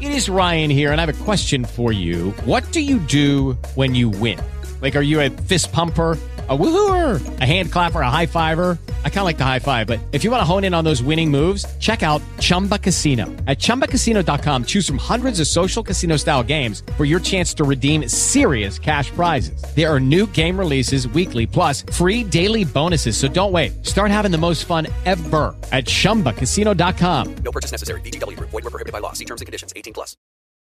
It is Ryan here, and I have a question for you. What do you do when you win? Like, are you a fist pumper, a woohooer, a hand clapper, a high fiver? I kind of like the high five, but if you want to hone in on those winning moves, check out Chumba Casino. At ChumbaCasino.com, choose from hundreds of social casino style games for your chance to redeem serious cash prizes. There are new game releases weekly, plus free daily bonuses. So don't wait. Start having the most fun ever at ChumbaCasino.com. No purchase necessary. VGW Group. Void where prohibited by law. See terms and conditions. 18 plus.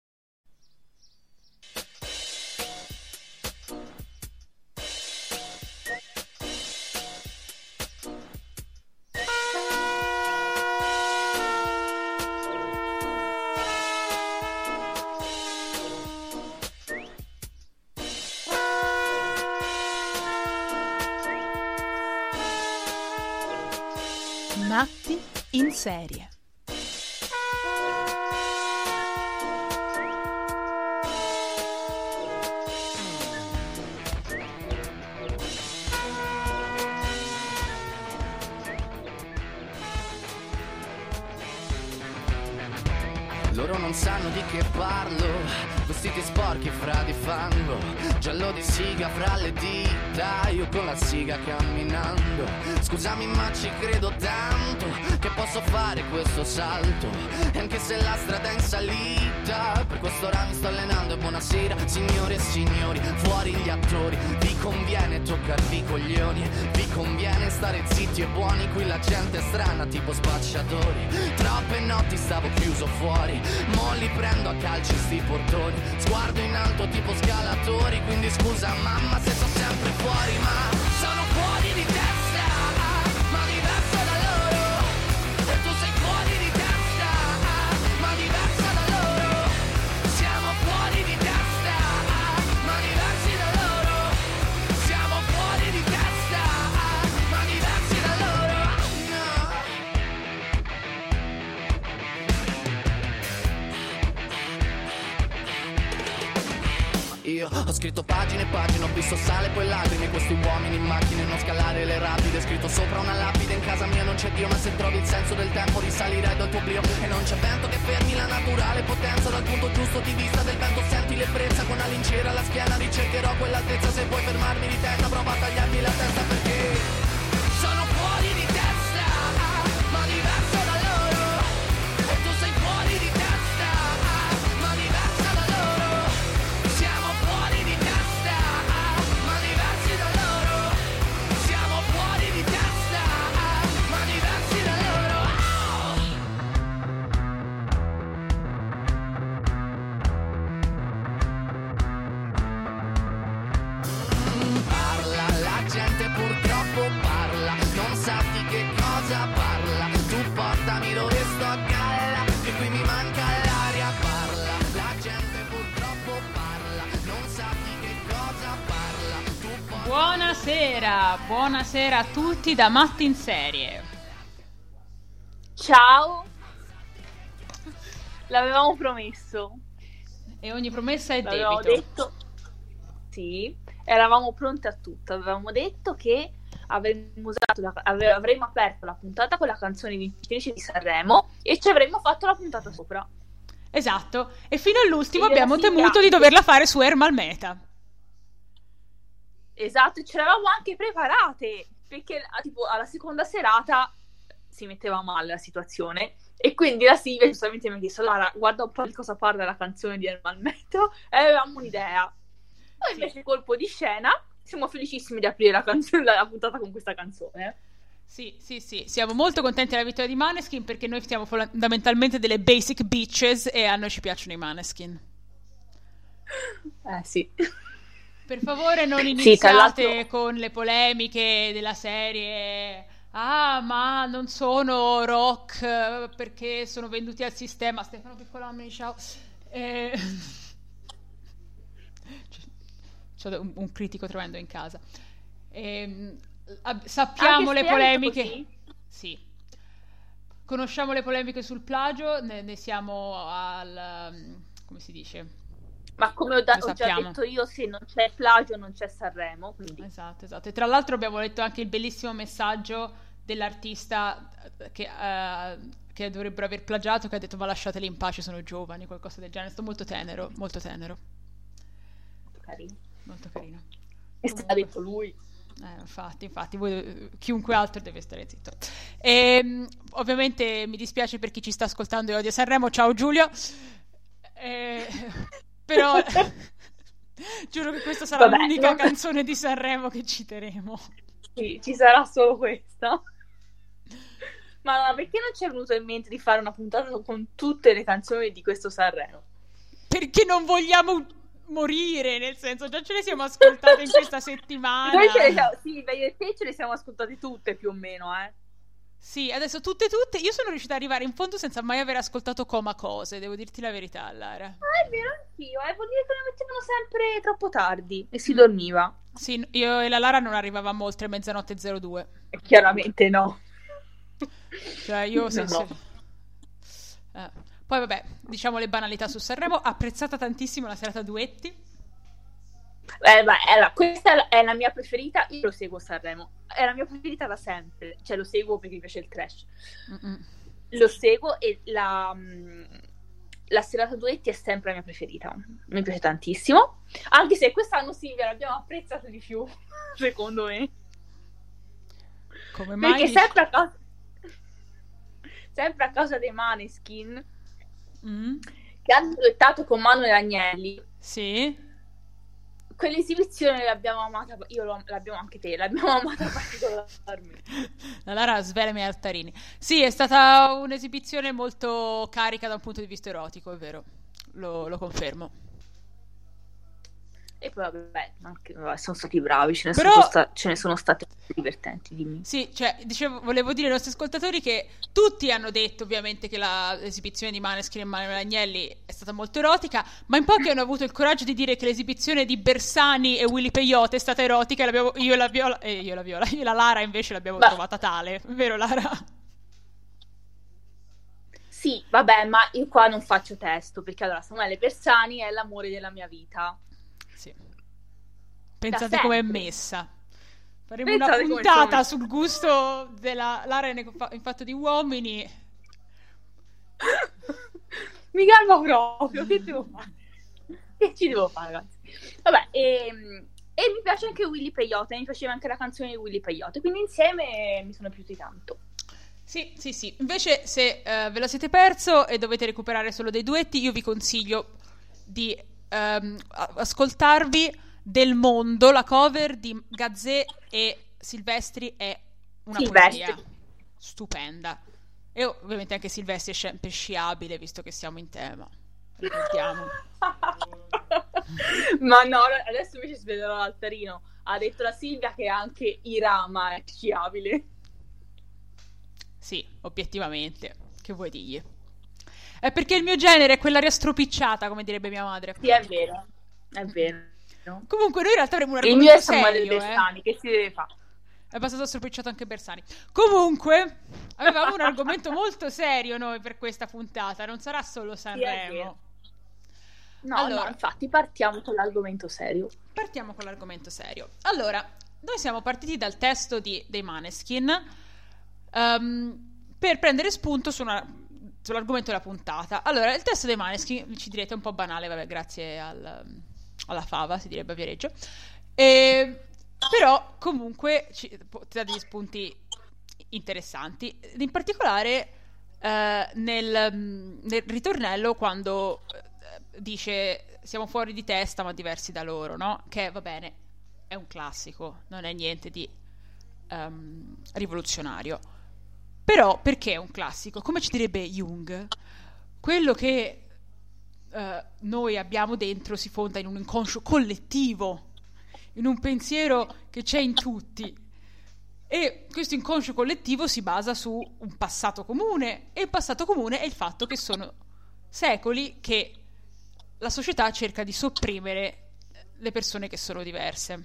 Matti in serie. Loro non sanno di che parlo, vestiti sporchi fra di fango, giallo di siga fra le dita, io con la siga camminando. Scusami ma ci credo tanto, che posso fare questo salto, e anche se la strada è in salita, per quest'ora mi sto allenando. E buonasera signore e signori, fuori gli attori, vi conviene toccarvi i coglioni, vi conviene stare zitti e buoni, qui la gente è strana tipo spacciatori. Troppe notti stavo chiuso fuori, mo li prendo a calci sti portoni, sguardo in alto tipo scalatori, quindi scusa mamma se sono sempre fuori, ma sono fuori di testa, ma diverso da loro, e tu sei fuori di testa, ma diversa da loro, siamo fuori di testa, ma diversi da loro, siamo fuori di testa, ma diversi da loro, no. Io ho scritto pagine e pagine, ho visto sale poi lacrime, questi uomini in macchine, non scalare le rapide, scritto sopra una lapide, in casa mia non c'è Dio, ma se trovi il senso del tempo risalirai dal tuo oblio, e non c'è vento che fermi la naturale potenza, dal punto giusto di vista del vento senti l'ebbrezza, con la lincera alla schiena ricercherò quell'altezza, se vuoi fermarmi di testa prova a tagliarmi la testa, perché sono fuori di testa, ma diverso da loro, e tu sei fuori di testa, ma diversa da loro, siamo fuori di testa, ma diversi da loro, siamo fuori di testa, ma diversi da loro. Parla, la gente purtroppo parla, non sa di che cosa parla, tu portami dove sto a galla, che qui mi manca l'aria, parla, la gente purtroppo parla, non sa di che cosa parla, tu Buonasera a tutti da Matti in serie. Ciao, l'avevamo promesso, E ogni promessa è l'avevamo debito. detto, sì, eravamo pronte a tutto, avevamo detto che avremmo aperto la puntata con la canzone vincitrice di Sanremo e ci avremmo fatto la puntata sopra. Esatto, e fino all'ultimo Io abbiamo la temuto sigla. di doverla fare su Ermal Meta. Esatto, ce l'avevamo anche preparate, perché tipo alla seconda serata si metteva male la situazione e quindi la Silvia giustamente mi ha chiesto: Lara, guarda un po' di cosa parla la canzone di Ermal Meta, e avevamo un'idea. Poi invece colpo di scena siamo felicissimi di aprire la puntata con questa canzone. Sì, siamo molto contenti della vittoria di Maneskin, perché noi siamo fondamentalmente delle basic bitches e a noi ci piacciono i Maneskin. Sì. Per favore non Sì, iniziate tra l'altro con le polemiche della serie. Ah, ma non sono rock perché sono venduti al sistema. Stefano Piccolomini, ciao. C'ho un critico tremendo in casa. Sappiamo anche le se polemiche. così? Sì. Conosciamo le polemiche sul plagio, ne siamo al... come si dice? Ma come ho già detto io, se non c'è plagio non c'è Sanremo. Quindi. Esatto. E tra l'altro abbiamo letto anche il bellissimo messaggio dell'artista che che dovrebbero aver plagiato, che ha detto ma lasciateli in pace, sono giovani, qualcosa del genere. Sto molto tenero, molto tenero. Molto carino. Molto carino. E sta detto lui. Infatti, chiunque altro deve stare zitto. Ovviamente mi dispiace per chi ci sta ascoltando e odia Sanremo. Ciao Giulio. Però giuro che questa sarà l'unica canzone di Sanremo che citeremo. Sì, ci sarà solo questa. Ma perché non ci è venuto in mente di fare una puntata con tutte le canzoni di questo Sanremo? Perché non vogliamo morire, nel senso, già ce le siamo ascoltate in questa settimana. Noi sì, te ce le siamo ascoltate tutte più o meno, Sì, adesso tutte. Io sono riuscita ad arrivare in fondo senza mai aver ascoltato Coma Cose, devo dirti la verità, Lara. È vero, anch'io, vuol dire che lo mettevano sempre troppo tardi e si dormiva. Sì, io e la Lara non arrivavamo oltre mezzanotte 02. Chiaramente no. Cioè io No. Poi vabbè, diciamo le banalità su Sanremo. Apprezzata tantissimo la serata duetti. Allora, questa è la mia preferita. Io lo seguo Sanremo, è la mia preferita da sempre. Cioè lo seguo perché mi piace il trash. Lo seguo e la serata duetti è sempre la mia preferita. Mi piace tantissimo. Anche se quest'anno Silvia l'abbiamo apprezzata di più, secondo me. Come mai? Perché sempre a causa dei Maneskin che hanno duettato con Manuel Agnelli. Sì. Quell'esibizione l'abbiamo amata, l'abbiamo anche te, l'abbiamo amata particolarmente. La Lara Sveleme e Altarini. Sì, è stata un'esibizione molto carica da un punto di vista erotico, è vero, lo confermo. E poi vabbè, sono stati bravi, ce ne sono state divertenti, dimmi. Sì, cioè, volevo dire ai nostri ascoltatori che tutti hanno detto ovviamente che l'esibizione di Maneskin e Manuel Agnelli è stata molto erotica, ma in pochi hanno avuto il coraggio di dire che l'esibizione di Bersani e Willy Peyote è stata erotica e io e la Lara invece l'abbiamo trovata tale, vero Lara? Sì, vabbè, ma io qua non faccio testo, perché allora Samuele Bersani è l'amore della mia vita. Sì. Pensate com'è messa. Faremo una Pensate puntata sul gusto della Lara in fatto di uomini. Mi calmo proprio, che devo fare? Che ci devo fare, ragazzi? Vabbè, e mi piace anche Willy Peyote, mi piaceva anche la canzone di Willy Peyote, quindi insieme mi sono piaciuti tanto. Sì. Invece se ve lo siete perso e dovete recuperare solo dei duetti, io vi consiglio di ascoltarvi Del Mondo, la cover di Gazzè e Silvestri è una poesia stupenda. E ovviamente anche Silvestri è sempre sciabile, visto che siamo in tema. Ricordiamo. Ma no, adesso invece svelerò l'altarino. Ha detto la Silvia che anche Irama è sciabile. Sì, obiettivamente. Che vuoi dirgli? È perché il mio genere è quell'aria stropicciata, come direbbe mia madre. Sì, è vero. Comunque noi in realtà avremo un il argomento mio è Samuele serio, Bersani, che si deve fare? È abbastanza stropicciato anche Bersani. Comunque avevamo un argomento molto serio noi per questa puntata. Non sarà solo Sanremo. No, infatti partiamo con l'argomento serio. Allora, noi siamo partiti dal testo dei Maneskin per prendere spunto sull'argomento della puntata. Allora, il testo dei Maneskin, ci direte, è un po' banale, vabbè, grazie alla fava, si direbbe a Viareggio. Però comunque ti dà degli spunti interessanti, in particolare nel ritornello, quando dice siamo fuori di testa ma diversi da loro, no? Che va bene, è un classico, non è niente di rivoluzionario. Però perché è un classico? Come ci direbbe Jung, quello che noi abbiamo dentro si fonda in un inconscio collettivo, in un pensiero che c'è in tutti, e questo inconscio collettivo si basa su un passato comune, e il passato comune è il fatto che sono secoli che la società cerca di sopprimere le persone che sono diverse,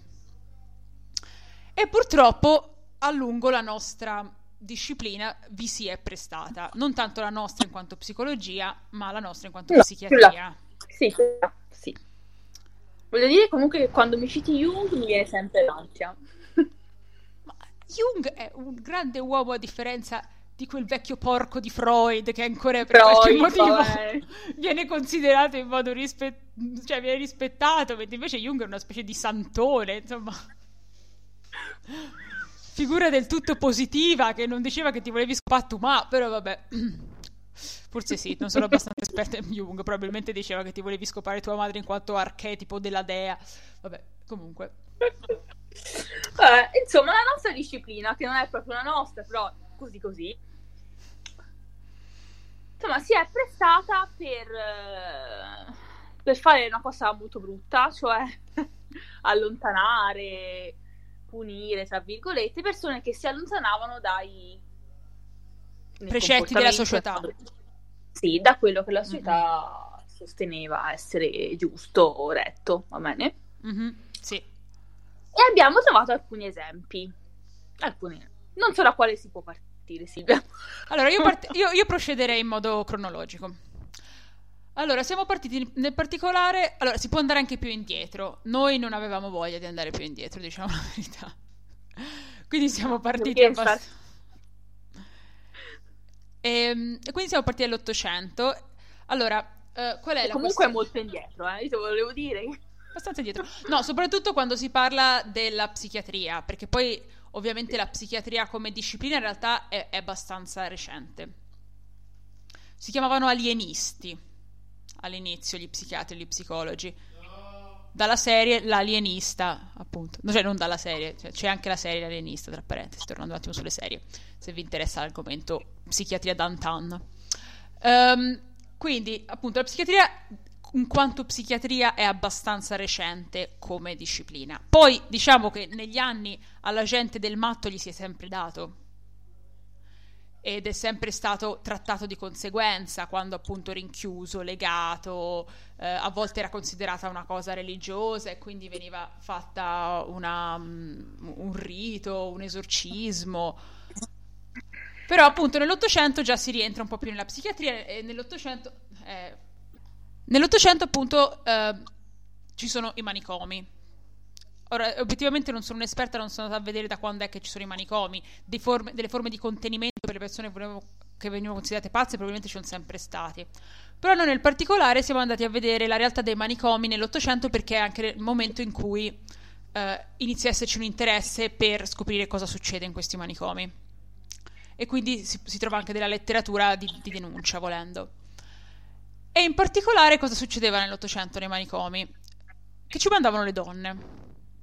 e purtroppo a lungo la nostra disciplina vi si è prestata, non tanto la nostra in quanto psicologia, ma la nostra in quanto psichiatria. Sì. Voglio dire comunque che quando mi citi Jung mi viene sempre l'ansia. Ma Jung è un grande uomo, a differenza di quel vecchio porco di Freud che ancora per qualche motivo viene considerato in modo cioè viene rispettato, mentre invece Jung è una specie di santone, insomma, figura del tutto positiva che non diceva che ti volevi scopare tu, ma però vabbè, forse sì, non sono abbastanza esperta in Jung, probabilmente diceva che ti volevi scopare tua madre in quanto archetipo della dea, vabbè, comunque. Insomma, la nostra disciplina, che non è proprio la nostra, però così, insomma, si è prestata per fare una cosa molto brutta, cioè allontanare, punire, tra virgolette, persone che si allontanavano dai precetti della società. Sì, da quello che la società sosteneva essere giusto o retto, va bene? Sì. E abbiamo trovato alcuni esempi. Non so da quale si può partire, Silvia. Allora, io procederei in modo cronologico. Allora, siamo partiti nel particolare... Allora, si può andare anche più indietro. Noi non avevamo voglia di andare più indietro, diciamo la verità. Quindi siamo partiti... E quindi siamo partiti dall'Ottocento. Allora, qual è la comunque è molto indietro, io te volevo dire... Abbastanza indietro. No, soprattutto quando si parla della psichiatria, perché poi ovviamente la psichiatria come disciplina in realtà è abbastanza recente. Si chiamavano alienisti all'inizio gli psichiatri e gli psicologi. Dalla serie L'Alienista, appunto. No, cioè non dalla serie, cioè, c'è anche la serie L'Alienista, tra parentesi, tornando un attimo sulle serie, se vi interessa l'argomento psichiatria d'antan. Quindi, appunto, la psichiatria... in quanto psichiatria è abbastanza recente come disciplina. Poi diciamo che negli anni alla gente del matto gli si è sempre dato ed è sempre stato trattato di conseguenza, quando appunto rinchiuso, legato, a volte era considerata una cosa religiosa e quindi veniva fatta un rito, un esorcismo. Però appunto nell'Ottocento già si rientra un po' più nella psichiatria e nell'Ottocento appunto ci sono i manicomi. Ora, obiettivamente non sono un'esperta, non sono andata a vedere da quando è che ci sono i manicomi. Delle forme di contenimento per le persone che venivano considerate pazze probabilmente ci sono sempre stati. Però noi nel particolare siamo andati a vedere la realtà dei manicomi nell'Ottocento, perché è anche il momento in cui inizia a esserci un interesse per scoprire cosa succede in questi manicomi. E quindi si trova anche della letteratura di denuncia, volendo. E in particolare cosa succedeva nell'Ottocento nei manicomi? Che ci mandavano le donne.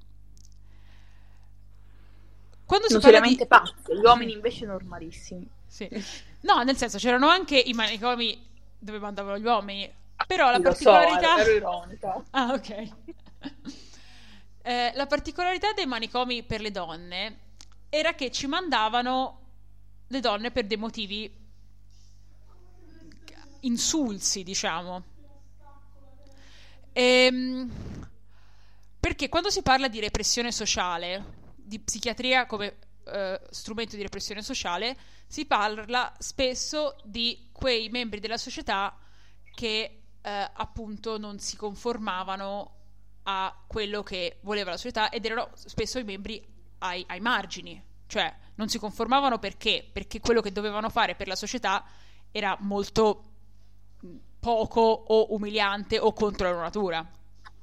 Quando si non parla seriamente pazzi, gli uomini invece normalissimi. Sì. No, nel senso, c'erano anche i manicomi dove mandavano gli uomini, però la particolarità... ero ironica. Ah, ok. La particolarità dei manicomi per le donne era che ci mandavano le donne per dei motivi insulsi, diciamo. Perché quando si parla di repressione sociale, di psichiatria come strumento di repressione sociale, si parla spesso di quei membri della società che appunto non si conformavano a quello che voleva la società, ed erano spesso i membri ai margini, cioè non si conformavano perché quello che dovevano fare per la società era molto poco o umiliante o contro la loro natura.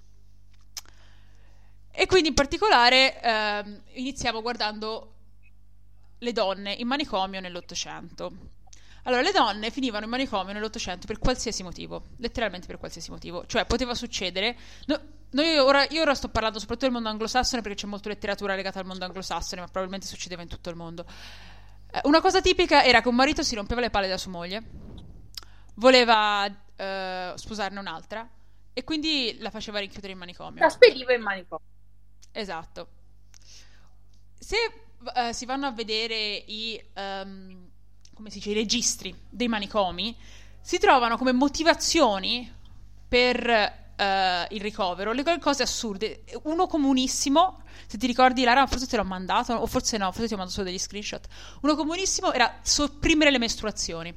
E quindi in particolare iniziamo guardando le donne in manicomio nell'Ottocento. Allora, le donne finivano in manicomio nell'Ottocento per qualsiasi motivo, letteralmente per qualsiasi motivo. Cioè, poteva succedere... io ora sto parlando soprattutto del mondo anglosassone, perché c'è molta letteratura legata al mondo anglosassone, ma probabilmente succedeva in tutto il mondo. Una cosa tipica era che un marito si rompeva le palle della sua moglie, voleva sposarne un'altra, e quindi la faceva rinchiudere in manicomio. La spediva in manicomio. Esatto. Se si vanno a vedere come si dice, i registri dei manicomi, si trovano come motivazioni per il ricovero le cose assurde. Uno comunissimo, se ti ricordi, Lara, forse te l'ho mandato, o forse no, forse ti ho mandato solo degli screenshot. Uno comunissimo era sopprimere le mestruazioni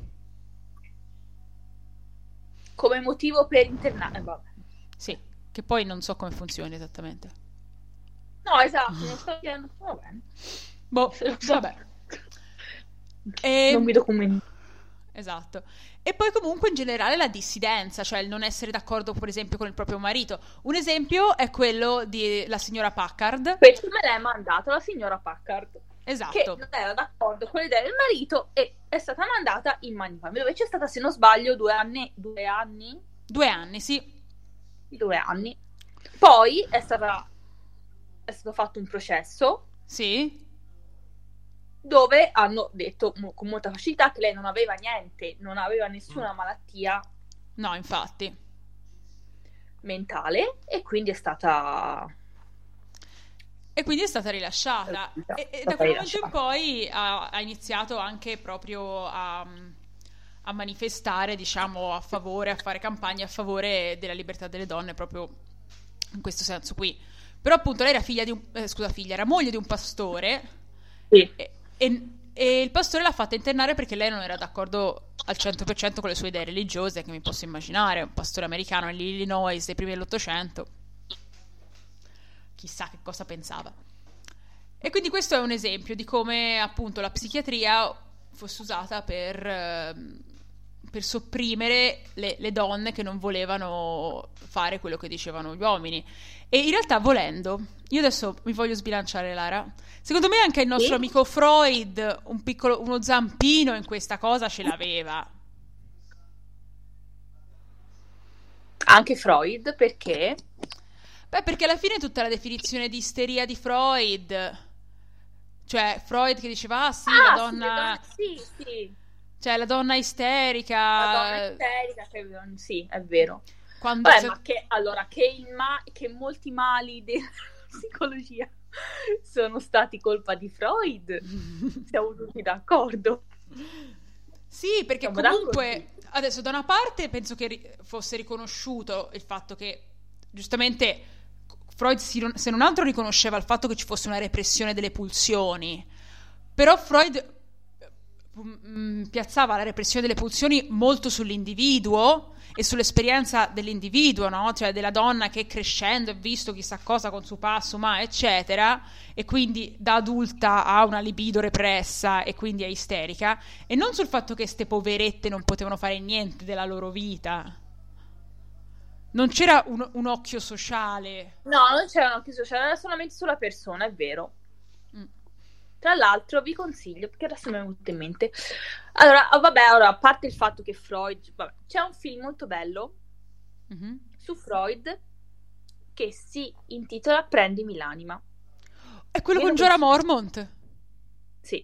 come motivo per internare. Vabbè. Sì, che poi non so come funzioni esattamente. No, esatto, non sto chiedendo. Va bene. Boh, vabbè. Non mi documento. Esatto. E poi comunque in generale la dissidenza, cioè il non essere d'accordo per esempio con il proprio marito. Un esempio è quello di la signora Packard. Questo me l'hai mandato la signora Packard, che Esatto. non era d'accordo con le idee del marito e è stata mandata in manicomio, dove c'è stata, se non sbaglio, 2 anni. 2 anni, sì. 2 anni. Poi è stato fatto un processo Sì. dove hanno detto con molta facilità che lei non aveva niente, non aveva nessuna malattia No, infatti. mentale e quindi è stata E quindi è stata rilasciata. E da quel momento in poi ha iniziato anche proprio a manifestare, diciamo, a favore, a fare campagne a favore della libertà delle donne, proprio in questo senso qui. Però appunto lei era era moglie di un pastore. Sì. E il pastore l'ha fatta internare perché lei non era d'accordo al 100% con le sue idee religiose, che mi posso immaginare, un pastore americano nell'Illinois dei primi dell'800. Chissà che cosa pensava. E quindi questo è un esempio di come appunto la psichiatria fosse usata per sopprimere le donne che non volevano fare quello che dicevano gli uomini. E in realtà, volendo, io adesso mi voglio sbilanciare, Lara. Secondo me anche il nostro amico Freud uno zampino in questa cosa ce l'aveva. Anche Freud, perché? Beh, perché alla fine tutta la definizione di isteria di Freud, cioè Freud che diceva la donna, sì. cioè la donna isterica, La donna isterica, sì, è vero. quando Ma che molti mali della psicologia sono stati colpa di Freud, siamo tutti d'accordo. Sì, perché Siamo comunque adesso da una parte penso che fosse riconosciuto il fatto che giustamente Freud se non altro riconosceva il fatto che ci fosse una repressione delle pulsioni, però Freud piazzava la repressione delle pulsioni molto sull'individuo e sull'esperienza dell'individuo, no? Cioè della donna che crescendo ha visto chissà cosa con suo passo, ma eccetera, e quindi da adulta ha una libido repressa e quindi è isterica, e non sul fatto che ste poverette non potevano fare niente della loro vita. Non c'era un occhio sociale. No, non c'era un occhio sociale, era solamente sulla persona, è vero. Tra l'altro vi consiglio, perché adesso mi è venuto in mente. Allora, a parte il fatto che Freud... c'è un film molto bello su Freud che si intitola Prendimi l'anima. È quello con Jorah Mormont? Sì.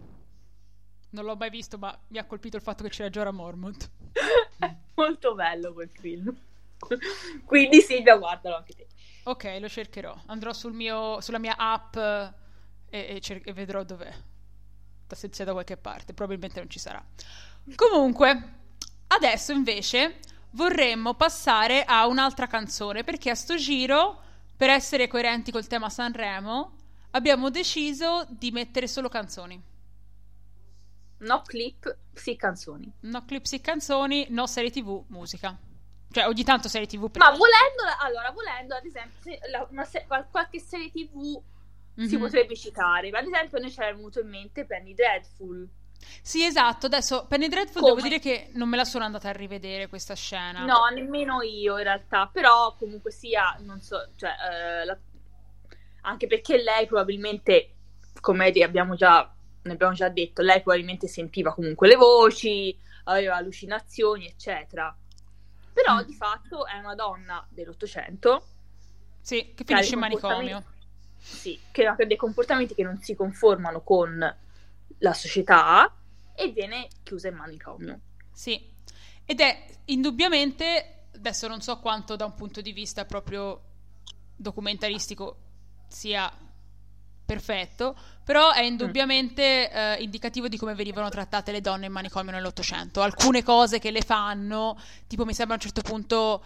Non l'ho mai visto, ma mi ha colpito il fatto che c'era Jorah Mormont. È molto bello quel film. Quindi Silvia, guardalo anche te. Ok, lo cercherò. Andrò sulla mia app e vedrò dov'è. Se da qualche parte. Probabilmente non ci sarà. Comunque, adesso invece vorremmo passare a un'altra canzone, perché a sto giro, per essere coerenti col tema Sanremo, abbiamo deciso di mettere solo canzoni. No clip, sì canzoni. No clip, sì canzoni. No serie TV, musica. Cioè ogni tanto serie TV. Ma volendo ad esempio qualche serie TV si potrebbe citare. Ad esempio noi ci era venuto in mente Penny Dreadful. Sì, esatto. Adesso Penny Dreadful devo dire che non me la sono andata a rivedere questa scena. No, nemmeno io in realtà. Però comunque sia, non so, cioè anche perché lei probabilmente, come ne abbiamo già detto, lei probabilmente sentiva comunque le voci, aveva allucinazioni, eccetera. Però di fatto è una donna dell'800. Sì, che finisce in manicomio. Sì, che ha dei comportamenti che non si conformano con la società e viene chiusa in manicomio. Sì, ed è indubbiamente, adesso non so quanto da un punto di vista proprio documentaristico sia perfetto, però è indubbiamente indicativo di come venivano trattate le donne in manicomio nell'Ottocento. Alcune cose che le fanno, tipo mi sembra a un certo punto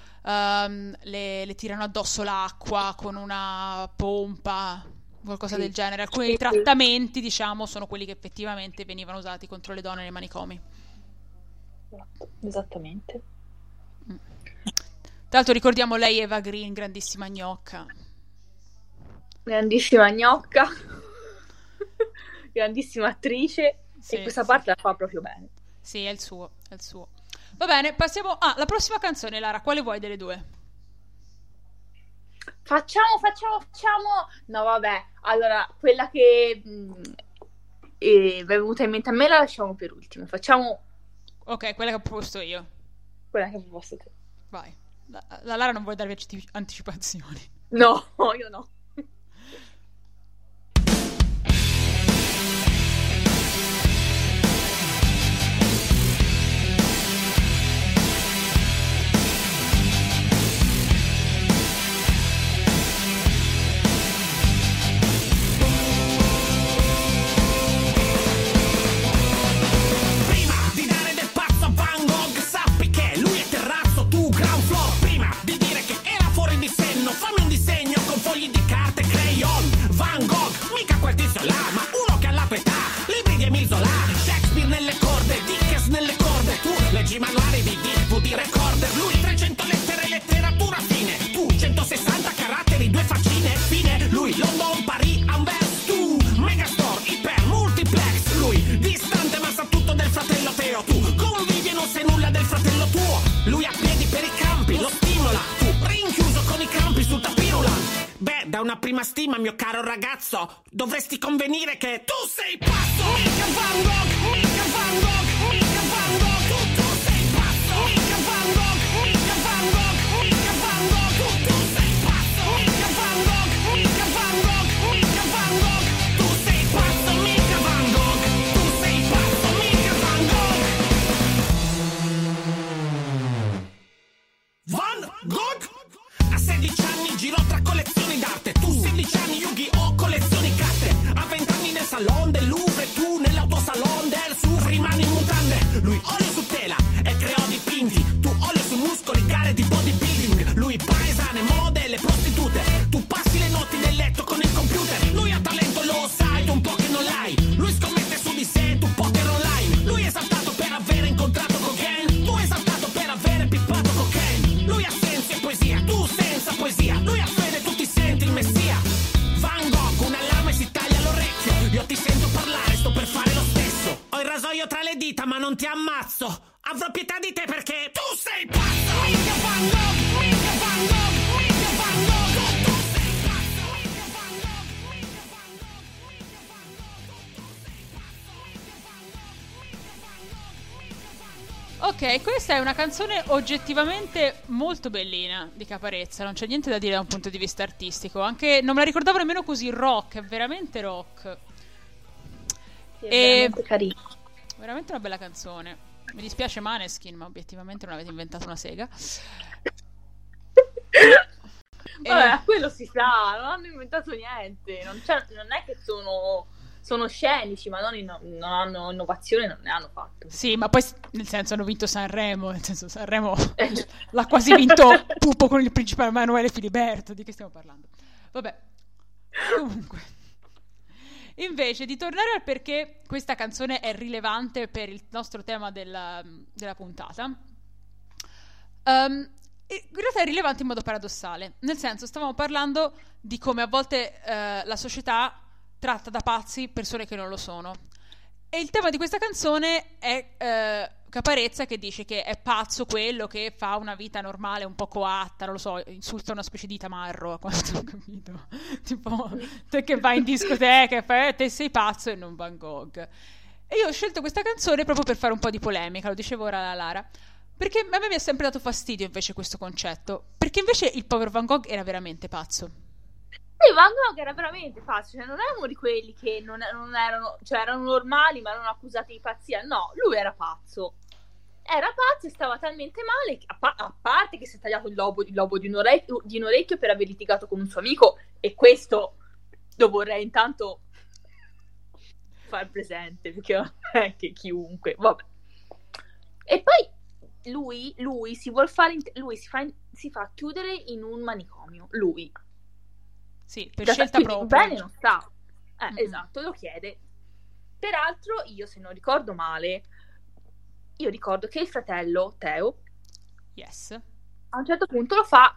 le tirano addosso l'acqua con una pompa, qualcosa del genere. Alcuni dei trattamenti, diciamo, sono quelli che effettivamente venivano usati contro le donne nei manicomi. Esattamente. Tra l'altro ricordiamo lei Eva Green, grandissima gnocca. Grandissima gnocca. Grandissima attrice. Sì, e questa sì. parte la fa proprio bene. Sì, è il suo. Va bene, passiamo alla prossima canzone, Lara. Quale vuoi delle due? Facciamo. No, vabbè. Allora, quella che mi è venuta in mente a me la lasciamo per ultimo. Facciamo Ok, quella che ho proposto io. quella che ho proposto te. Vai. La Lara non vuole darvi anticipazioni. No, io no. Prima di dare del pazzo a Van Gogh, sappi che lui è terrazzo, tu ground floor. Prima di dire che era fuori di senno, fammi un disegno con fogli di carta e crayon. Van Gogh, mica quel tizio là, ma uno che ha la tua età. Libri di Emile Zola, Shakespeare nelle corde, Dickens nelle corde. Tu leggi manuali di DVD recorder. Lui 300 lettere, letteratura fine. Tu 160 caratteri, 2 faccine, fine. Lui London, Paris, Anvers. Tu Megastore, iper, multiplex. Lui distante ma sa tutto del fratello Teo. Tu convivi e non sai nulla del fratello tuo. Lui a piedi per i campi, lo stimola. Tu rinchiuso con i campi sul tapirula. Beh, da una prima stima, mio caro ragazzo, dovresti convenire che tu sei pazzo. Mica Van Gogh, mica Van Gogh, mica Van Gogh. Tu sei pazzo. Mica Van Gogh, mica Van Gogh, mica Van Gogh. Tu sei pazzo. Mica Van Gogh, mica Van Gogh, mica Van Gogh. Tu sei pazzo, mica Van Gogh. Tu sei pazzo, mica Van Gogh. Van Gogh? A 16 anni girò tra collezioni d'arte. Tu 16 anni Yu-Gi-Oh! Collezioni carte. A 20 anni nel salon del Louvre. Tu nell'autosalon del Suvre. Rimani in mutande. Lui olio su tela e creò dipinti. Tu olio su muscoli, gare di bodybuilding. Lui paesane, mode, le prostitute. Tu passi le notti nel letto con il computer. Lui ha talento, lo sai, tu un po' che non l'hai. Lui scommette su di sé, tu poker online. Lui è esaltato per aver incontrato cocaine. Tu esaltato per aver pippato cocaine. Lui ha senso e poesia, tu senza poesia. Lui ha fede, tu ti senti il messia. Van Gogh, un allarme si taglia l'orecchio. Io ti sento parlare, sto per fare lo stesso. Ho il rasoio tra le dita ma non ti ammazzo. Avrò pietà di te perché tu sei pazzo. Mica Van Gogh, mica Van Gogh, mica Van Gogh. Tu sei pazzo. Mica Van Gogh, mica Van Gogh, mica Van Gogh. Tu sei pazzo. Mica Van Gogh, mica Van Gogh, mica Van Gogh. Ok, questa è una canzone oggettivamente molto bellina di Caparezza, non c'è niente da dire da un punto di vista artistico, anche non me la ricordavo nemmeno così rock, è veramente rock. Sì, è E- veramente carino. Veramente una bella canzone. Mi dispiace Maneskin, ma obiettivamente non avete inventato una sega. Vabbè, quello si sa, non hanno inventato niente. Non è che sono scenici, ma non hanno innovazione, non ne hanno fatto. Sì, ma poi nel senso hanno vinto Sanremo, nel senso Sanremo l'ha quasi vinto Pupo con il principe Emanuele Filiberto, di che stiamo parlando? Vabbè, comunque. Invece di tornare al perché questa canzone è rilevante per il nostro tema della puntata, in realtà è rilevante in modo paradossale, nel senso stavamo parlando di come a volte la società tratta da pazzi persone che non lo sono, e il tema di questa canzone è Caparezza che dice che è pazzo quello che fa una vita normale un po' coatta, non lo so, insulta una specie di tamarro, a quanto ho capito, tipo te che vai in discoteca e fai te sei pazzo e non Van Gogh. E io ho scelto questa canzone proprio per fare un po' di polemica, lo dicevo ora alla Lara, perché a me mi ha sempre dato fastidio invece questo concetto, perché invece il povero Van Gogh era veramente pazzo. Sì, Van Gogh era veramente facile, cioè non era uno di quelli che non erano, cioè erano normali ma non accusati di pazzia, no, lui era pazzo. Era pazzo e stava talmente male, che, a parte che si è tagliato il lobo di un orecchio per aver litigato con un suo amico, e questo lo vorrei intanto far presente, perché è che chiunque, vabbè. E poi lui si vuol fare, si fa chiudere in un manicomio, lui. Sì, per scelta propria. Bene non sta. Mm-hmm. Esatto, lo chiede. Peraltro, io se non ricordo male, io ricordo che il fratello, Teo, Yes. a un certo punto lo fa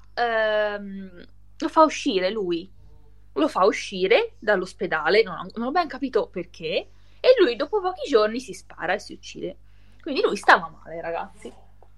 uscire lui. Lo fa uscire dall'ospedale, non ho ben capito perché, e lui dopo pochi giorni si spara e si uccide. Quindi lui stava male, ragazzi.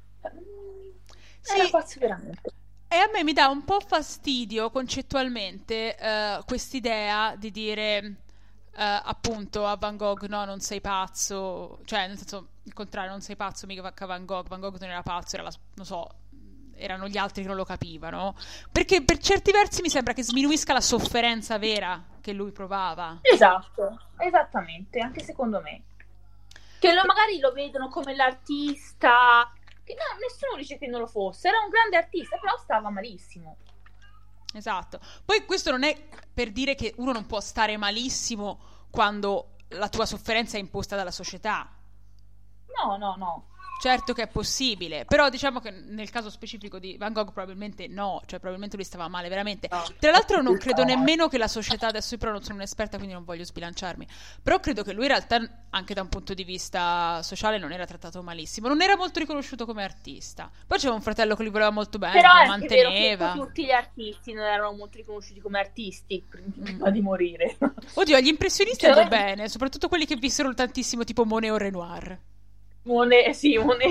Era pazzo veramente. E a me mi dà un po' fastidio concettualmente quest'idea di dire appunto a Van Gogh no, non sei pazzo, cioè nel senso il contrario, non sei pazzo mica Van Gogh non era pazzo, era non so, erano gli altri che non lo capivano, perché per certi versi mi sembra che sminuisca la sofferenza vera che lui provava. Esatto, esattamente, anche secondo me. Che magari lo vedono come l'artista, che no, nessuno dice che non lo fosse, era un grande artista, però stava malissimo. Esatto. Poi questo non è per dire che uno non può stare malissimo quando la tua sofferenza è imposta dalla società. No. Certo che è possibile, però diciamo che nel caso specifico di Van Gogh probabilmente no, cioè probabilmente lui stava male veramente. No. Tra l'altro non credo nemmeno che la società, adesso io però non sono un'esperta quindi non voglio sbilanciarmi, però credo che lui in realtà anche da un punto di vista sociale non era trattato malissimo, non era molto riconosciuto come artista. Poi c'era un fratello che li voleva molto bene, però lo è manteneva. Vero che tutti gli artisti non erano molto riconosciuti come artisti prima di morire. Oddio, agli impressionisti andò bene, soprattutto quelli che vissero tantissimo tipo Monet o Renoir. Monet.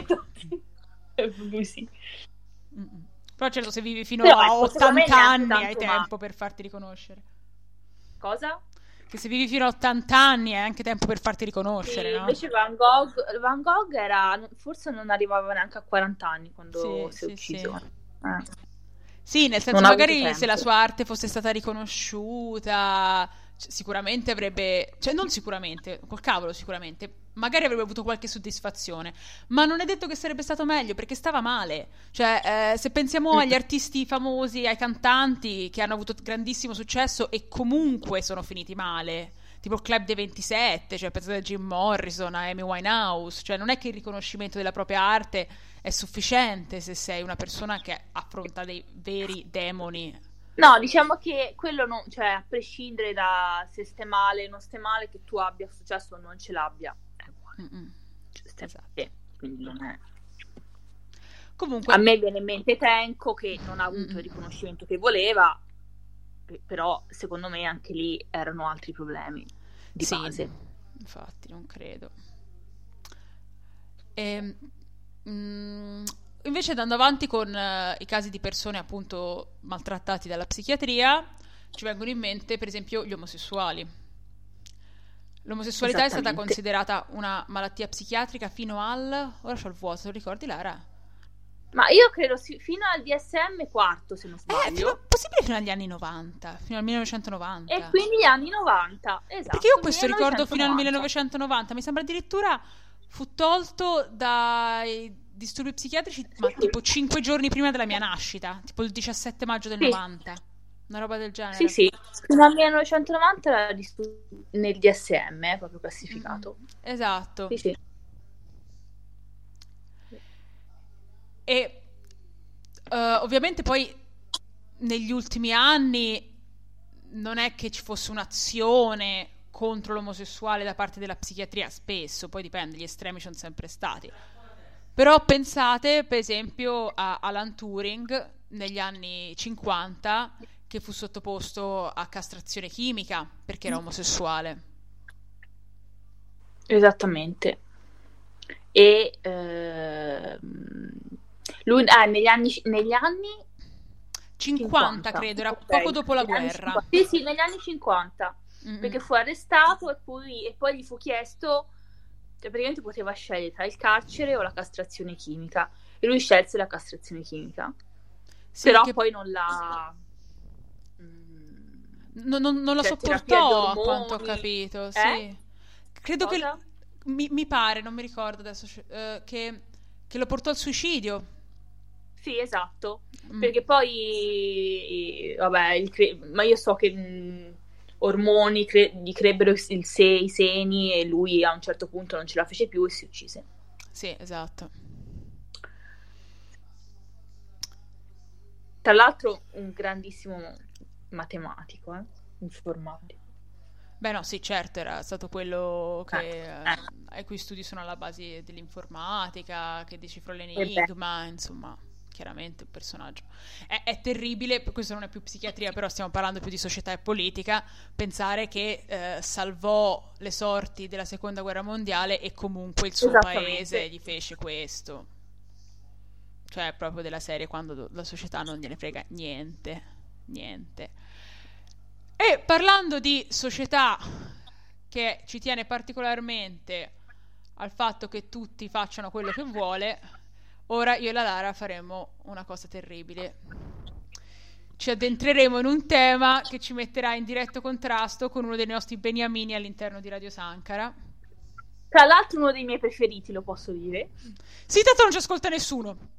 Lui sì. Però certo, se vivi fino Però, a ecco, secondo me 80 anni neanche hai tanto tempo per farti riconoscere. Cosa? Che se vivi fino a 80 anni hai anche tempo per farti riconoscere, Sì, no? invece Van Gogh era, forse non arrivava neanche a 40 anni quando si è ucciso. Sì, nel senso Non ha magari avuto tempo. se la sua arte fosse stata riconosciuta, sicuramente avrebbe, cioè non sicuramente, col cavolo sicuramente, magari avrebbe avuto qualche soddisfazione, ma non è detto che sarebbe stato meglio perché stava male. Cioè, se pensiamo agli artisti famosi, ai cantanti che hanno avuto grandissimo successo e comunque sono finiti male, tipo il Club dei 27, cioè pensate a Jim Morrison, a Amy Winehouse, cioè non è che il riconoscimento della propria arte è sufficiente se sei una persona che affronta dei veri demoni. No, diciamo che quello non, cioè a prescindere da se stai male o non stai male, che tu abbia successo o non ce l'abbia, è uguale. Cioè, Esatto. Quindi non è. Comunque, A me viene in mente Tenco che non ha avuto il riconoscimento che voleva, però secondo me anche lì erano altri problemi di base. Infatti, non credo. Invece andando avanti con i casi di persone appunto maltrattati dalla psichiatria, ci vengono in mente per esempio gli omosessuali. L'omosessualità è stata considerata una malattia psichiatrica fino al... ora c'ho il vuoto, lo ricordi Lara? Ma io credo fino al DSM IV, se non sbaglio. Possibile fino agli anni 90, fino al 1990. E quindi gli anni 90, esatto. Perché io ho questo ricordo 1990. fino al 1990, mi sembra addirittura fu tolto dai disturbi psichiatrici, ma tipo 5 giorni prima della mia nascita, tipo il 17 maggio del 90, una roba del genere. Sì, fino al 1990 era nel DSM, proprio classificato. Esatto. Sì. E ovviamente poi negli ultimi anni non è che ci fosse un'azione contro l'omosessuale da parte della psichiatria, spesso, poi dipende, gli estremi ci sono sempre stati. Però pensate per esempio a Alan Turing negli anni 50 che fu sottoposto a castrazione chimica perché era omosessuale. Esattamente. E lui negli anni 50 credo, era poco dopo la guerra. Sì, negli anni 50, perché fu arrestato e poi gli fu chiesto, cioè praticamente poteva scegliere tra il carcere o la castrazione chimica, e lui scelse la castrazione chimica. Sì, però poi non la non lo cioè, sopportò, a quanto ho capito. Sì. Credo Cosa? che mi pare, non mi ricordo adesso, che lo portò al suicidio. Sì, esatto, perché poi vabbè, ma io so che ormoni gli crebbero i seni e lui a un certo punto non ce la fece più e si uccise. Sì, esatto. Tra l'altro un grandissimo matematico, informatico. Beh no, sì, certo, era stato quello che ai cui studi sono alla base dell'informatica, che decifrò l'enigma, insomma, chiaramente un personaggio. È terribile, questo non è più psichiatria, però stiamo parlando più di società e politica, pensare che salvò le sorti della seconda guerra mondiale e comunque il suo paese gli fece questo. Cioè proprio della serie, quando la società non gliene frega niente. E parlando di società che ci tiene particolarmente al fatto che tutti facciano quello che vuole, ora io e la Lara faremo una cosa terribile. Ci addentreremo in un tema che ci metterà in diretto contrasto con uno dei nostri beniamini all'interno di Radio Sankara. Tra l'altro uno dei miei preferiti, lo posso dire. Sì, tanto non ci ascolta nessuno.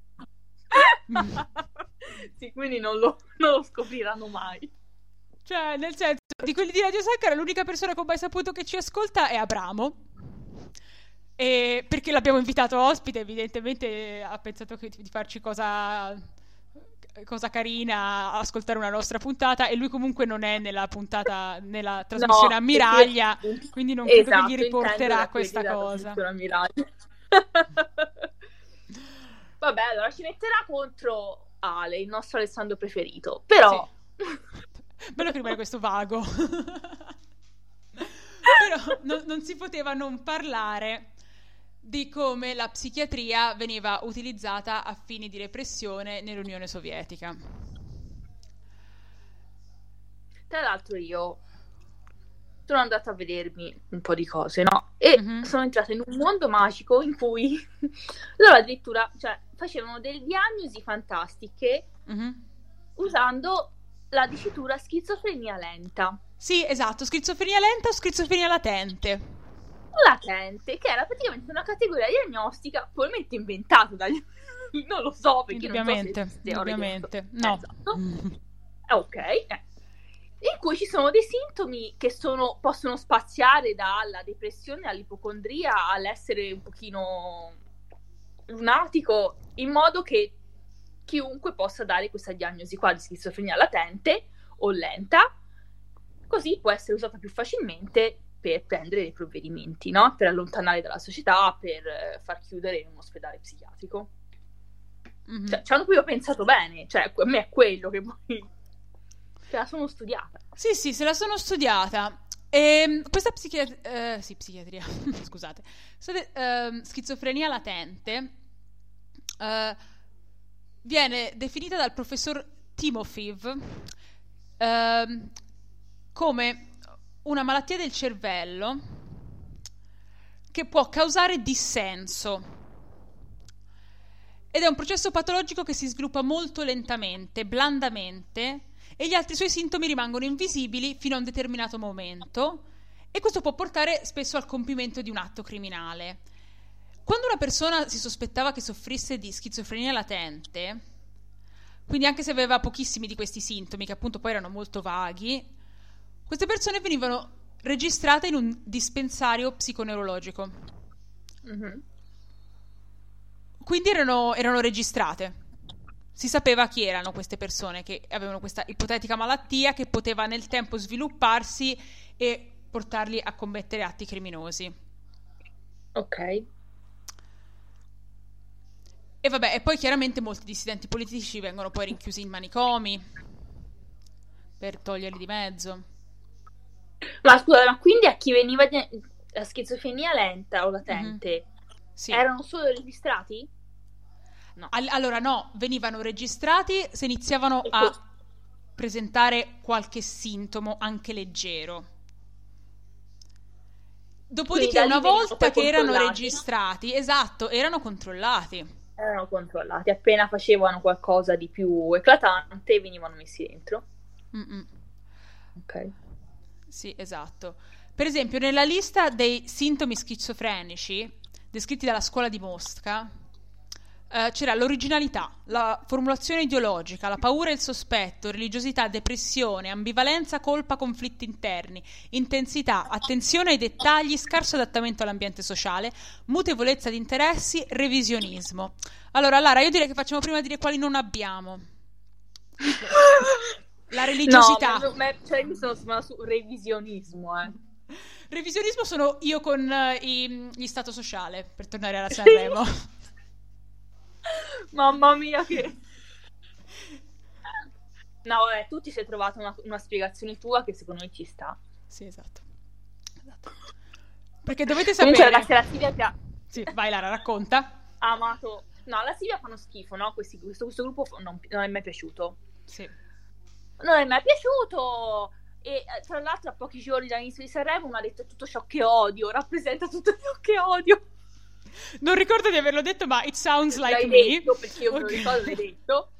Sì, quindi non lo scopriranno mai. Cioè, nel senso, di quelli di Radio Sankara l'unica persona che ho mai saputo che ci ascolta è Abramo. E perché l'abbiamo invitato ospite, evidentemente ha pensato di farci cosa carina, ascoltare una nostra puntata, e lui comunque non è nella puntata, nella trasmissione Ammiraglia, quindi non credo che gli riporterà questa cosa. Vabbè, allora ci metterà contro Ale, il nostro Alessandro preferito, però sì. Bello che rimane questo vago. Però non si poteva non parlare di come la psichiatria veniva utilizzata a fini di repressione nell'Unione Sovietica. Tra l'altro io sono andata a vedermi un po' di cose, no? E sono entrata in un mondo magico in cui loro addirittura, cioè, facevano delle diagnosi fantastiche usando la dicitura schizofrenia lenta. Sì, esatto, schizofrenia lenta o schizofrenia latente. Latente, che era praticamente una categoria diagnostica probabilmente inventata dagli... non lo so, perché indubbiamente, non so se indubbiamente, no. Esatto. Ok, in cui ci sono dei sintomi che possono spaziare dalla depressione all'ipocondria all'essere un pochino lunatico, in modo che chiunque possa dare questa diagnosi qua di schizofrenia latente o lenta, così può essere usata più facilmente per prendere dei provvedimenti, no? Per allontanare dalla società, per far chiudere in un ospedale psichiatrico. Cioè, ci hanno proprio pensato bene, cioè a me è quello che poi se la sono studiata. Sì, se la sono studiata. E questa psichiatria, scusate, schizofrenia latente viene definita dal professor Timofeev come una malattia del cervello che può causare dissenso, ed è un processo patologico che si sviluppa molto lentamente, blandamente, e gli altri suoi sintomi rimangono invisibili fino a un determinato momento, e questo può portare spesso al compimento di un atto criminale. Quando una persona si sospettava che soffrisse di schizofrenia latente, quindi anche se aveva pochissimi di questi sintomi, che appunto poi erano molto vaghi, queste persone venivano registrate in un dispensario psiconeurologico. Quindi erano registrate. Si sapeva chi erano queste persone che avevano questa ipotetica malattia che poteva nel tempo svilupparsi e portarli a commettere atti criminosi. Ok. E vabbè, e poi chiaramente molti dissidenti politici vengono poi rinchiusi in manicomi per toglierli di mezzo. Ma scusa, ma quindi a chi veniva la schizofrenia lenta o latente sì, erano solo registrati? No. Allora no, venivano registrati se iniziavano a presentare qualche sintomo anche leggero. Dopodiché una volta che erano registrati, esatto, erano controllati. Erano controllati, appena facevano qualcosa di più eclatante venivano messi dentro. Ok. Sì, esatto. Per esempio, nella lista dei sintomi schizofrenici descritti dalla scuola di Mosca c'era l'originalità, la formulazione ideologica, la paura e il sospetto, religiosità, depressione, ambivalenza, colpa, conflitti interni, intensità, attenzione ai dettagli, scarso adattamento all'ambiente sociale, mutevolezza di interessi, revisionismo. Allora, Lara, io direi che facciamo prima dire quali non abbiamo. La religiosità. No, cioè mi sono sfumata su revisionismo, Revisionismo sono io con gli Stato Sociale, per tornare alla Sanremo. Mamma mia che... No, vabbè, tu ti sei trovata una spiegazione tua che secondo me ci sta. Sì, esatto. Perché dovete Comunque sapere... ragazzi, la Silvia ti ha Sì, vai Lara, racconta. amato... No, la Silvia fanno schifo, no? Questo gruppo non è mai piaciuto. Sì. Non è mai piaciuto... E tra l'altro a pochi giorni dall'inizio di Sanremo mi ha detto tutto ciò che odio, rappresenta tutto ciò che odio. Non ricordo di averlo detto, ma it sounds like L'hai me. detto, perché io me lo Ok. ricordo, l'hai detto.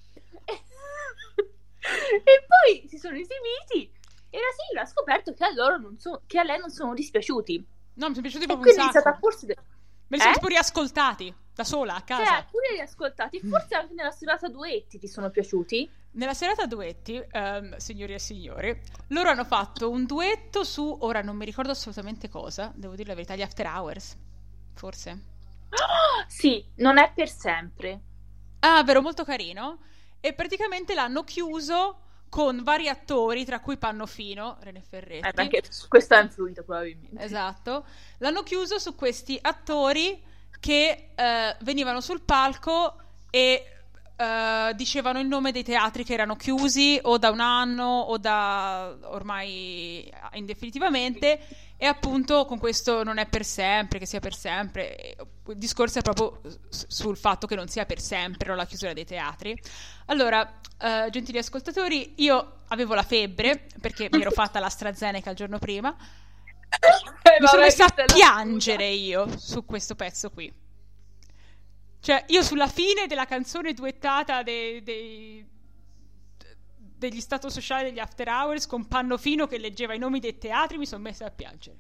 E poi si sono esibiti e la Silvia ha scoperto che a lei non sono dispiaciuti. No, mi sono piaciuti E proprio un quindi è stata sacco. forse... Me li sono tipo riascoltati, da sola, a casa. pure riascoltati. Forse anche nella serata duetti ti sono piaciuti. Nella serata duetti, signori e signori, loro hanno fatto un duetto su, ora non mi ricordo assolutamente cosa, devo dire la verità, gli After Hours, forse. Sì, non è per sempre. Ah, vero, molto carino. E praticamente l'hanno chiuso con vari attori, tra cui Pannofino, René Ferretti. Anche questo ha influito probabilmente. Esatto. L'hanno chiuso su questi attori che venivano sul palco e dicevano il nome dei teatri che erano chiusi o da un anno o da ormai indefinitivamente, e appunto con questo non è per sempre, che sia per sempre. Il discorso è proprio sul fatto che non sia per sempre, no, la chiusura dei teatri. Allora, gentili ascoltatori, io avevo la febbre perché mi ero fatta l'AstraZeneca il giorno prima. Mi sono messa a piangere io su questo pezzo qui. Cioè, io sulla fine della canzone duettata degli Stato Sociale degli After Hours con Pannofino che leggeva i nomi dei teatri mi sono messa a piangere.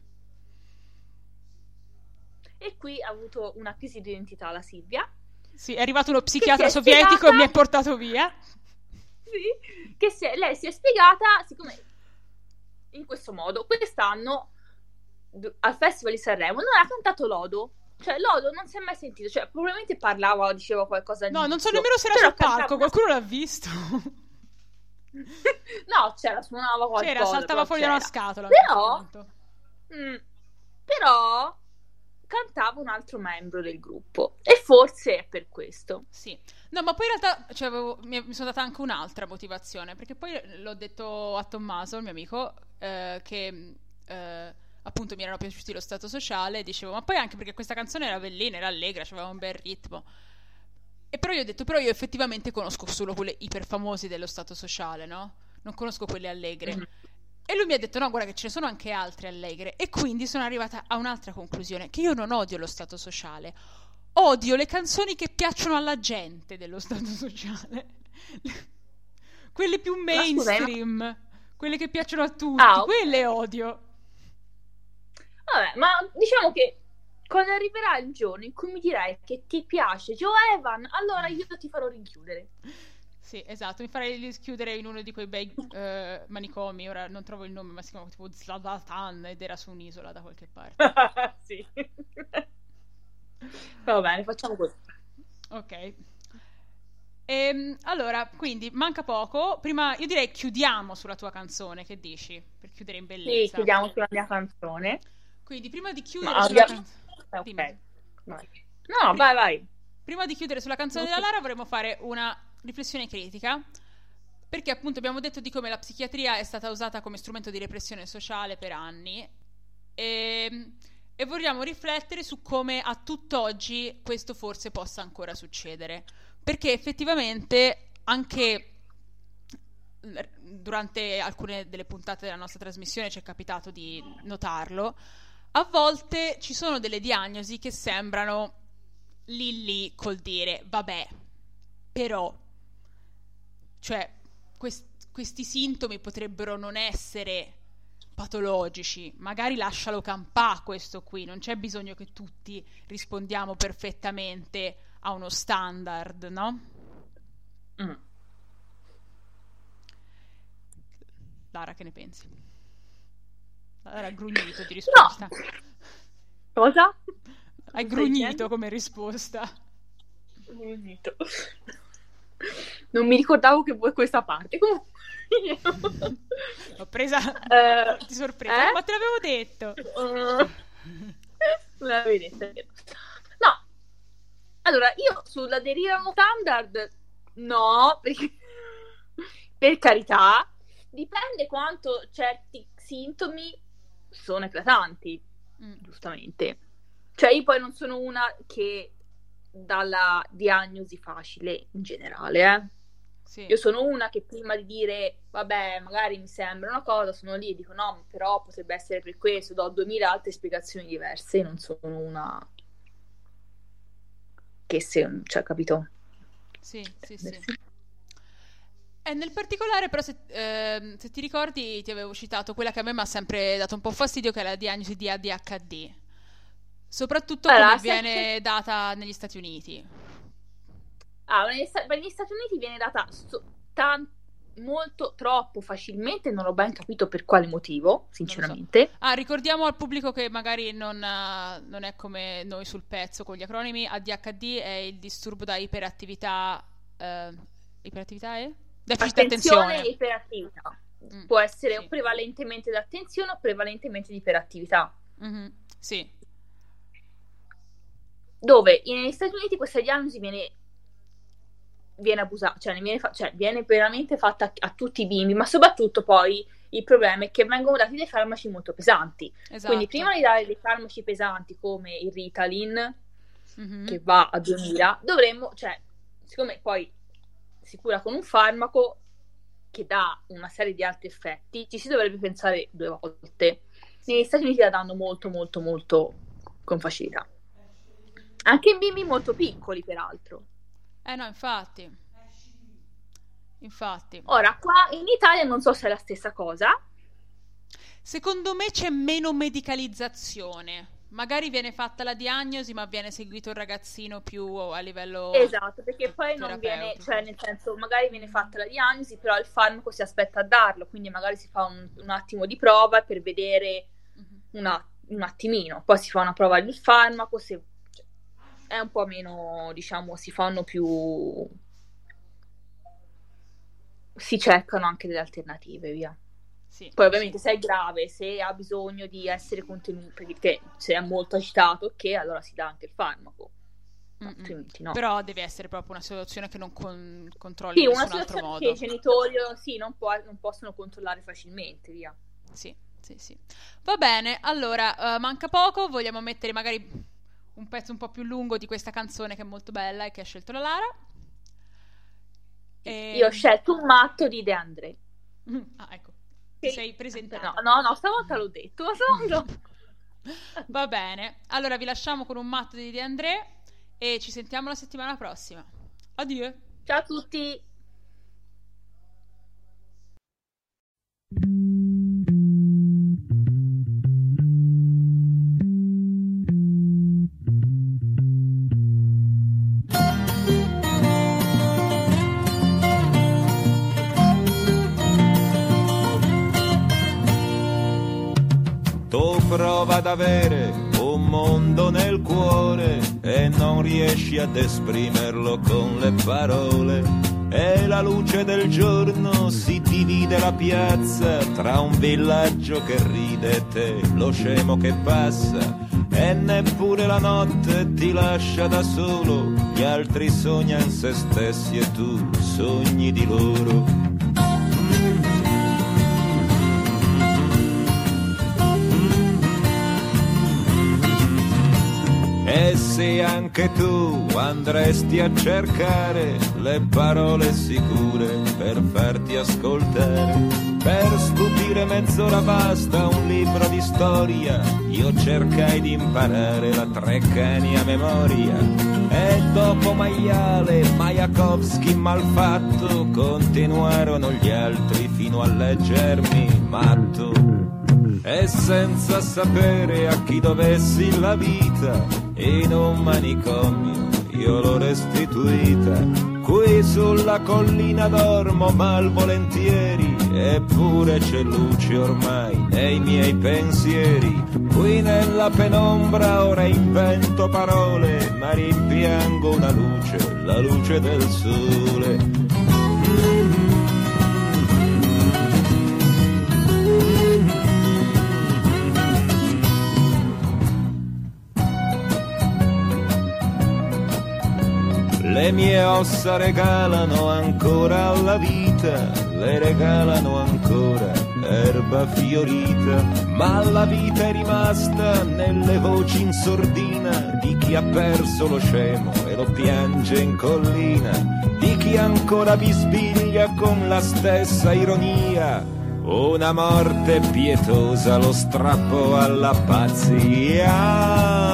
E qui ha avuto una crisi di identità la Silvia. Sì, è arrivato uno psichiatra si è sovietico spiegata... e mi ha portato via. Sì, lei si è spiegata, siccome in questo modo quest'anno al Festival di Sanremo non ha cantato Lodo. Cioè Lodo non si è mai sentito, cioè probabilmente parlava o diceva qualcosa di... No, non so nemmeno se era sul palco, qualcuno l'ha visto. No, c'era, suonava qualcosa. C'era, saltava fuori da una scatola. Però cantava un altro membro del gruppo e forse è per questo. Sì. No, ma poi in realtà cioè, mi sono data anche un'altra motivazione, perché poi l'ho detto a Tommaso, il mio amico, che appunto mi erano piaciuti lo Stato Sociale, e dicevo, ma poi anche perché questa canzone era bellina, era allegra, aveva un bel ritmo. E però io ho detto, però io effettivamente conosco solo quelle iperfamose dello Stato Sociale, no? Non conosco quelle allegre. Mm-hmm. E lui mi ha detto, no, guarda che ce ne sono anche altre allegre. E quindi sono arrivata a un'altra conclusione, che io non odio lo Stato Sociale, odio le canzoni che piacciono alla gente dello Stato Sociale. Quelle più mainstream, quelle che piacciono a tutti, quelle odio. Vabbè, ma diciamo che quando arriverà il giorno in cui mi dirai che ti piace Joe Evan, allora io ti farò rinchiudere. Sì, esatto, mi farei rinchiudere in uno di quei bei manicomi, ora non trovo il nome, ma si chiama tipo Zlatan ed era su un'isola da qualche parte. Sì. Va bene, facciamo così. Ok. Allora, quindi manca poco. Prima io direi chiudiamo sulla tua canzone, che dici? Per chiudere in bellezza. Sì, chiudiamo sulla mia canzone. Quindi prima di chiudere sulla canzone... Okay. No, vai. Prima di chiudere sulla canzone della Lara vorremmo fare una riflessione critica, perché appunto abbiamo detto di come la psichiatria è stata usata come strumento di repressione sociale per anni e vogliamo riflettere su come a tutt'oggi questo forse possa ancora succedere, perché effettivamente anche durante alcune delle puntate della nostra trasmissione ci è capitato di notarlo. A volte ci sono delle diagnosi che sembrano lì col dire vabbè, però cioè questi sintomi potrebbero non essere patologici, magari lascialo campà questo qui, non c'è bisogno che tutti rispondiamo perfettamente a uno standard, no? Lara, che ne pensi? Lara ha grugnito di risposta. No. Cosa? Hai grugnito come risposta. Grugnito. Non mi ricordavo che vuoi questa parte. L'ho presa di sorpresa, ma te l'avevo detto. Non l'avevi detto. No. Allora, io sull'aderire a uno standard no, perché per carità, dipende quanto certi sintomi sono eclatanti, giustamente. Cioè io poi non sono una che dà la diagnosi facile in generale, Sì. Io sono una che prima di dire vabbè, magari mi sembra una cosa, sono lì e dico no, però potrebbe essere per questo, do 2000 altre spiegazioni diverse, non sono una che cioè, capito? Sì. E nel particolare, però, se ti ricordi, ti avevo citato quella che a me mi ha sempre dato un po' fastidio, che è la diagnosi di ADHD. Soprattutto come viene data negli Stati Uniti. Per gli Stati Uniti viene data molto, troppo facilmente, non ho ben capito per quale motivo, sinceramente. So. Ricordiamo al pubblico che magari non è come noi sul pezzo con gli acronimi. ADHD è il disturbo da iperattività. Iperattività è? Deficit di attenzione e iperattività. Può essere o prevalentemente d'attenzione o prevalentemente di iperattività. Mm-hmm. Sì. Dove negli Stati Uniti questa diagnosi viene abusata, viene veramente fatta a tutti i bimbi, ma soprattutto poi il problema è che vengono dati dei farmaci molto pesanti. Esatto. Quindi prima di dare dei farmaci pesanti come il Ritalin, che va a 2000, dovremmo, siccome poi si cura con un farmaco che dà una serie di altri effetti, ci si dovrebbe pensare 2 volte. Negli Stati Uniti la danno molto molto molto con facilità, anche in bimbi molto piccoli, peraltro. No, infatti. Ora, qua in Italia non so se è la stessa cosa. Secondo me c'è meno medicalizzazione. Magari viene fatta la diagnosi, ma viene seguito il ragazzino più a livello esatto, perché poi non viene, nel senso, magari viene fatta la diagnosi, però il farmaco si aspetta a darlo, quindi magari si fa un attimo di prova per vedere un attimino, poi si fa una prova del farmaco, se è un po' meno, diciamo, si fanno più, si cercano anche delle alternative, via. Sì, poi ovviamente se è grave, se ha bisogno di essere contenuto, perché se è molto agitato, allora si dà anche il farmaco, altrimenti no. Però deve essere proprio una situazione che non controlli in nessun altro modo. Che i genitori non possono controllare facilmente, via. Sì. Va bene, allora manca poco, vogliamo mettere magari un pezzo un po' più lungo di questa canzone che è molto bella e che ha scelto la Lara. Io ho scelto Un matto di De André. Ecco, ti sei presentata. No, stavolta l'ho detto, Va bene, allora vi lasciamo con Un matto di De André e ci sentiamo la settimana prossima. Addio. Ciao a tutti. Prova ad avere un mondo nel cuore e non riesci ad esprimerlo con le parole. E la luce del giorno si divide la piazza tra un villaggio che ride e te, lo scemo che passa. E neppure la notte ti lascia da solo, gli altri sognano se stessi e tu sogni di loro. E se anche tu andresti a cercare le parole sicure per farti ascoltare, per stupire mezz'ora basta un libro di storia, io cercai di imparare la Treccani a memoria. E dopo Maiale, Majakovskij, Malfatto, continuarono gli altri fino a leggermi matto. E senza sapere a chi dovessi la vita, in un manicomio io l'ho restituita. Qui sulla collina dormo malvolentieri, eppure c'è luce ormai nei miei pensieri. Qui nella penombra ora invento parole, ma rimpiango una luce, la luce del sole. le mie ossa regalano ancora alla vita, le regalano ancora erba fiorita, ma la vita è rimasta nelle voci in sordina di chi ha perso lo scemo e lo piange in collina, di chi ancora bisbiglia con la stessa ironia una morte pietosa, lo strappo alla pazzia.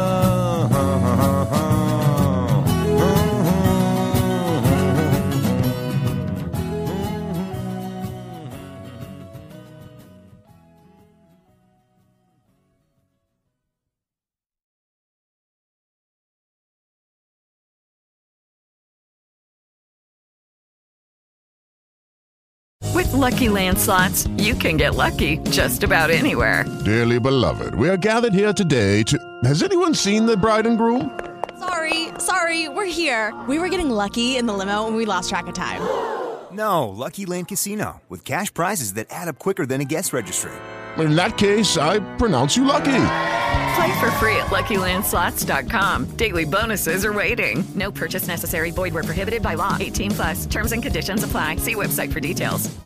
With Lucky Land Slots, you can get lucky just about anywhere. Dearly beloved, we are gathered here today to... Has anyone seen the bride and groom? Sorry, we're here. We were getting lucky in the limo and we lost track of time. No, Lucky Land Casino, with cash prizes that add up quicker than a guest registry. In that case, I pronounce you lucky. Play for free at LuckyLandSlots.com. Daily bonuses are waiting. No purchase necessary. Void where prohibited by law. 18+. Terms and conditions apply. See website for details.